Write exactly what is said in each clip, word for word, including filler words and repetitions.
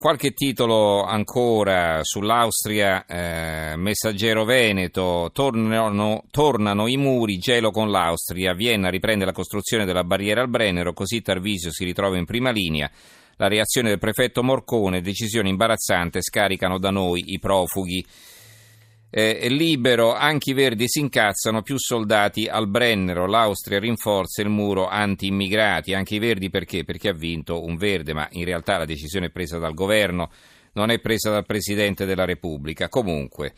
Qualche titolo ancora sull'Austria, eh, Messaggero Veneto, tornano, tornano i muri, gelo con l'Austria, Vienna riprende la costruzione della barriera al Brennero, così Tarvisio si ritrova in prima linea, la reazione del prefetto Morcone, decisione imbarazzante, scaricano da noi i profughi. Eh, libero, anche i verdi si incazzano, più soldati al Brennero, l'Austria rinforza il muro anti-immigrati, anche i verdi perché? Perché ha vinto un verde, ma in realtà la decisione è presa dal governo, non è presa dal Presidente della Repubblica. Comunque,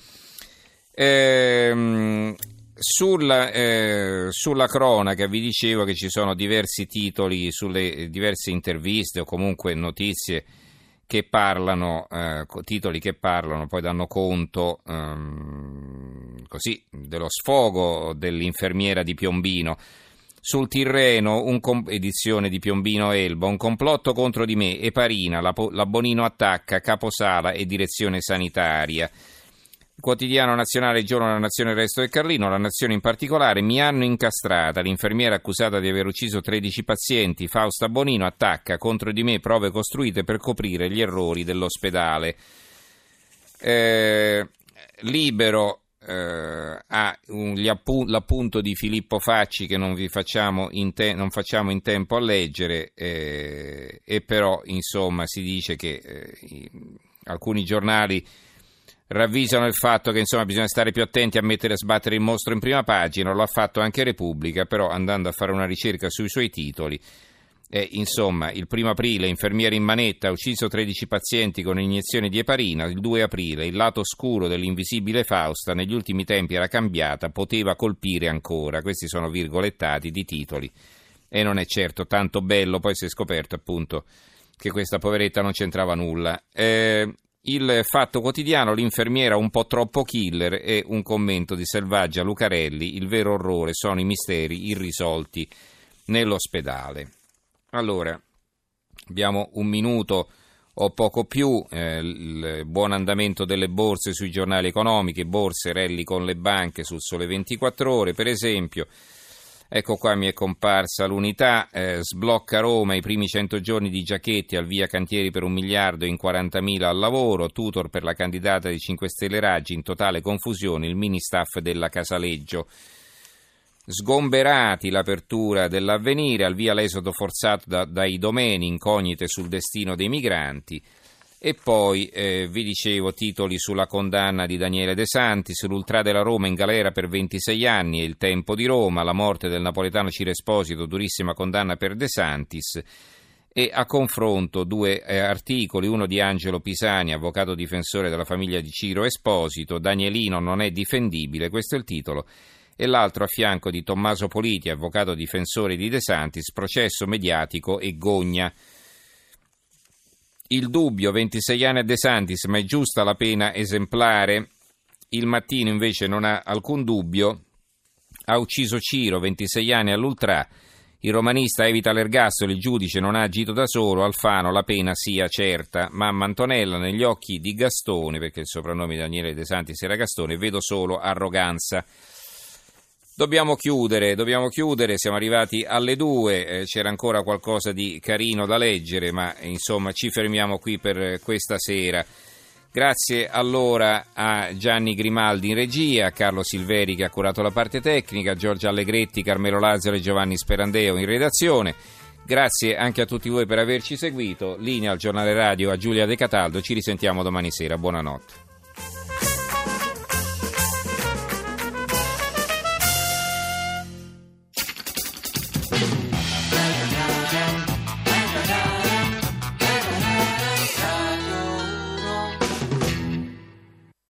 ehm, sulla, eh, sulla cronaca vi dicevo che ci sono diversi titoli sulle diverse interviste o comunque notizie che parlano, eh, titoli che parlano, poi danno conto ehm, così dello sfogo dell'infermiera di Piombino. Sul Tirreno, un com- edizione di Piombino Elba, un complotto contro di me, Eparina, la, la Bonino attacca, caposala e direzione sanitaria. Quotidiano Nazionale, il Giorno della Nazione, il Resto del Carlino, la Nazione in particolare, mi hanno incastrata, l'infermiera accusata di aver ucciso tredici pazienti, Fausta Bonino attacca, contro di me prove costruite per coprire gli errori dell'ospedale. Eh, libero eh, ha un, gli appu- l'appunto di Filippo Facci che non vi facciamo in, te- non facciamo in tempo a leggere, eh, e però insomma si dice che eh, i, alcuni giornali ravvisano il fatto che insomma bisogna stare più attenti a mettere a sbattere il mostro in prima pagina, lo ha fatto anche Repubblica, però andando a fare una ricerca sui suoi titoli, eh, insomma il primo aprile infermiere in manetta ha ucciso tredici pazienti con iniezione di eparina, il due aprile il lato oscuro dell'invisibile Fausta negli ultimi tempi era cambiata, poteva colpire ancora, questi sono virgolettati di titoli e non è certo tanto bello, poi si è scoperto appunto che questa poveretta non c'entrava nulla. Eh, Il Fatto Quotidiano, l'infermiera un po' troppo killer e un commento di Selvaggia Lucarelli, il vero orrore sono i misteri irrisolti nell'ospedale. Allora, abbiamo un minuto o poco più, eh, il buon andamento delle borse sui giornali economici, borse, rally con le banche sul Sole ventiquattro Ore, per esempio. Ecco qua mi è comparsa l'Unità, eh, sblocca Roma i primi cento giorni di Giachetti, al via cantieri per un miliardo in quarantamila al lavoro, tutor per la candidata di cinque Stelle Raggi, in totale confusione il mini staff della Casaleggio. Sgomberati l'apertura dell'Avvenire, al via l'esodo forzato da, dai domeni, incognite sul destino dei migranti. E poi eh, vi dicevo titoli sulla condanna di Daniele De Santis, l'ultra della Roma in galera per ventisei anni e il tempo di Roma, la morte del napoletano Ciro Esposito, durissima condanna per De Santis, e a confronto due eh, articoli, uno di Angelo Pisani, avvocato difensore della famiglia di Ciro Esposito, Danielino non è difendibile, questo è il titolo, e l'altro a fianco di Tommaso Politi, avvocato difensore di De Santis, processo mediatico e gogna. Il Dubbio, ventisei anni a De Santis, ma è giusta la pena esemplare? Il Mattino invece non ha alcun dubbio, ha ucciso Ciro, ventisei anni all'ultrà, il romanista evita l'ergastolo, il giudice non ha agito da solo, Alfano la pena sia certa, mamma Antonella negli occhi di Gastone, perché il soprannome di Daniele De Santis era Gastone, vedo solo arroganza. Dobbiamo chiudere, dobbiamo chiudere, siamo arrivati alle due, eh, c'era ancora qualcosa di carino da leggere, ma insomma ci fermiamo qui per questa sera. Grazie allora a Gianni Grimaldi in regia, a Carlo Silveri che ha curato la parte tecnica, Giorgia Allegretti, Carmelo Lazzaro e Giovanni Sperandeo in redazione. Grazie anche a tutti voi per averci seguito, linea al giornale radio a Giulia De Cataldo, ci risentiamo domani sera, buonanotte.